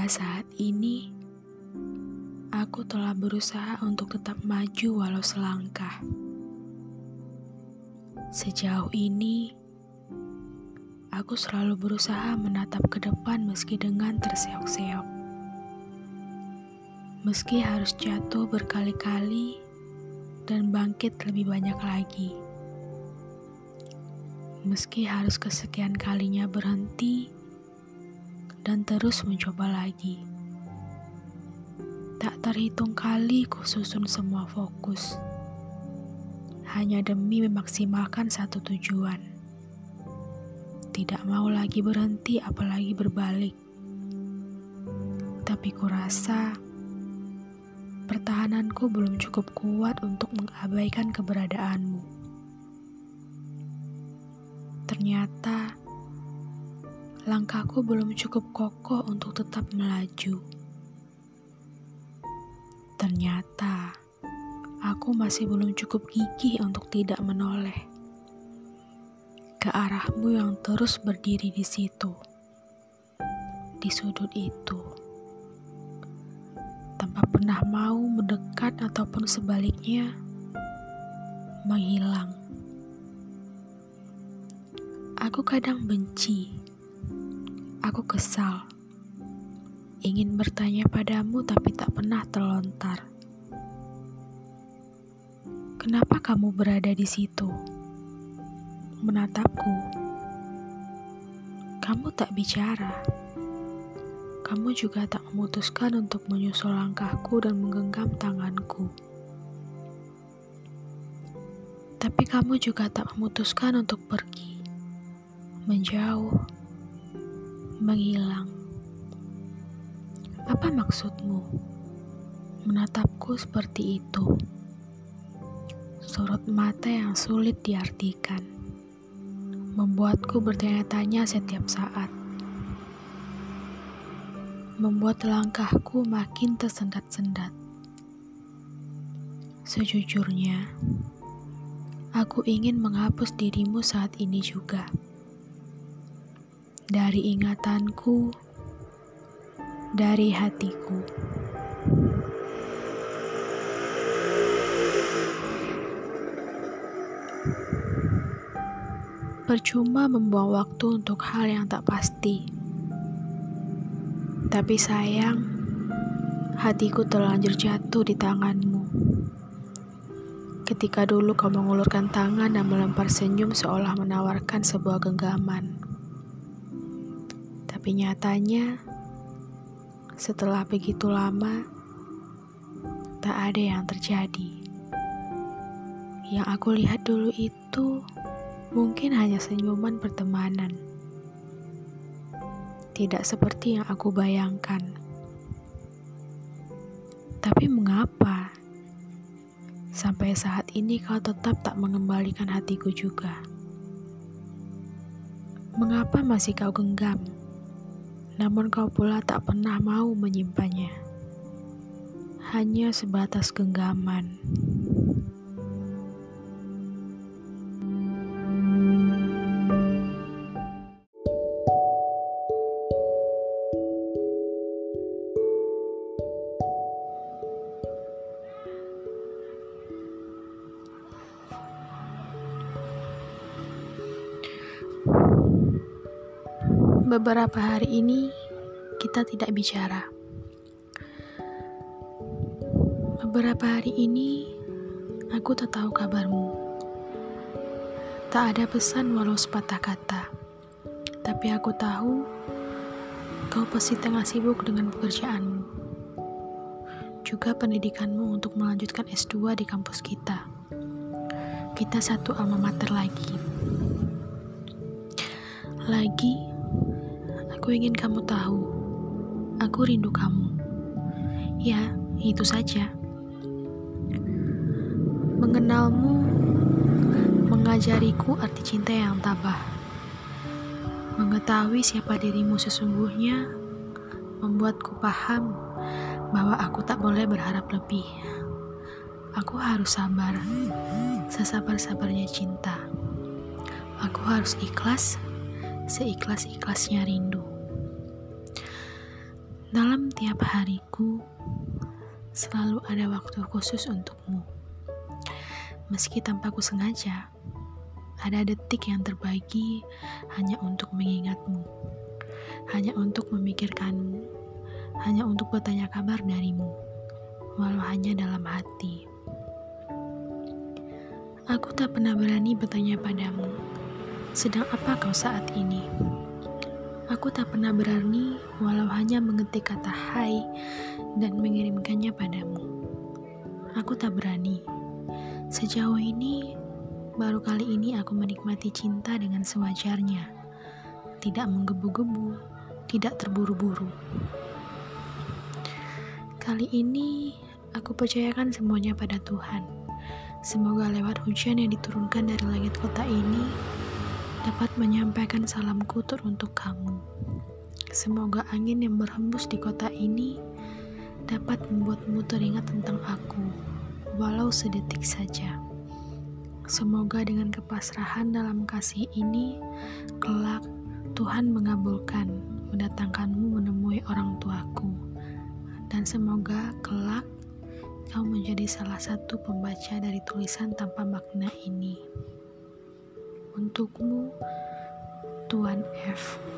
saat ini, aku telah berusaha untuk tetap maju walau selangkah. Sejauh ini, aku selalu berusaha menatap ke depan meski dengan terseok-seok. Meski harus jatuh berkali-kali dan bangkit lebih banyak lagi. Meski harus kesekian kalinya berhenti dan terus mencoba lagi. Tak terhitung kali kususun semua fokus, hanya demi memaksimalkan satu tujuan. Tidak mau lagi berhenti apalagi berbalik. Tapi kurasa pertahananku belum cukup kuat untuk mengabaikan keberadaanmu. Ternyata langkahku belum cukup kokoh untuk tetap melaju. Ternyata aku masih belum cukup gigih untuk tidak menoleh ke arahmu yang terus berdiri di situ, di sudut itu, tanpa pernah mau mendekat ataupun sebaliknya menghilang. Aku kadang benci, aku kesal, ingin bertanya padamu tapi tak pernah terlontar. Kenapa kamu berada di situ, menatapku? Kamu tak bicara. Kamu juga tak memutuskan untuk menyusul langkahku dan menggenggam tanganku. Tapi kamu juga tak memutuskan untuk pergi, menjauh, menghilang. Apa maksudmu menatapku seperti itu? Sorot mata yang sulit diartikan, membuatku bertanya-tanya setiap saat. Membuat langkahku makin tersendat-sendat. Sejujurnya, aku ingin menghapus dirimu saat ini juga. Dari ingatanku, dari hatiku. Percuma membuang waktu untuk hal yang tak pasti. Tapi sayang, hatiku terlanjur jatuh di tanganmu. Ketika dulu kau mengulurkan tangan dan melempar senyum seolah menawarkan sebuah genggaman. Tapi nyatanya, setelah begitu lama, tak ada yang terjadi. Yang aku lihat dulu itu mungkin hanya senyuman pertemanan. Tidak seperti yang aku bayangkan. Tapi mengapa sampai saat ini kau tetap tak mengembalikan hatiku juga? Mengapa masih kau genggam, namun kau pula tak pernah mau menyimpannya? Hanya sebatas genggaman. Beberapa hari ini kita tidak bicara. Beberapa hari ini aku tak tahu kabarmu. Tak ada pesan walau sepatah kata. Tapi aku tahu kau pasti tengah sibuk dengan pekerjaanmu. Juga pendidikanmu untuk melanjutkan S2 di kampus kita. Kita satu alma mater lagi. Aku ingin kamu tahu, aku rindu kamu. Ya, itu saja. Mengenalmu mengajariku arti cinta yang tabah. Mengetahui siapa dirimu sesungguhnya membuatku paham bahwa aku tak boleh berharap lebih. Aku harus sabar, sesabar-sabarnya cinta. Aku harus ikhlas, seikhlas-ikhlasnya rindu. Dalam tiap hariku, selalu ada waktu khusus untukmu. Meski tanpa ku sengaja, ada detik yang terbagi hanya untuk mengingatmu, hanya untuk memikirkanmu, hanya untuk bertanya kabar darimu, walau hanya dalam hati. Aku tak pernah berani bertanya padamu, sedang apa kau saat ini? Aku tak pernah berani walau hanya mengetik kata hai dan mengirimkannya padamu. Aku tak berani. Sejauh ini, baru kali ini aku menikmati cinta dengan sewajarnya. Tidak menggebu-gebu, tidak terburu-buru. Kali ini, aku percayakan semuanya pada Tuhan. Semoga lewat hujan yang diturunkan dari langit kota ini, dapat menyampaikan salamku untuk kamu. Semoga angin yang berhembus di kota ini dapat membuatmu teringat tentang aku, walau sedetik saja. Semoga dengan kepasrahan dalam kasih ini, kelak Tuhan mengabulkan mendatangkanmu menemui orang tuaku. Dan semoga kelak kau menjadi salah satu pembaca dari tulisan tanpa makna ini. Untukmu, Tuan F.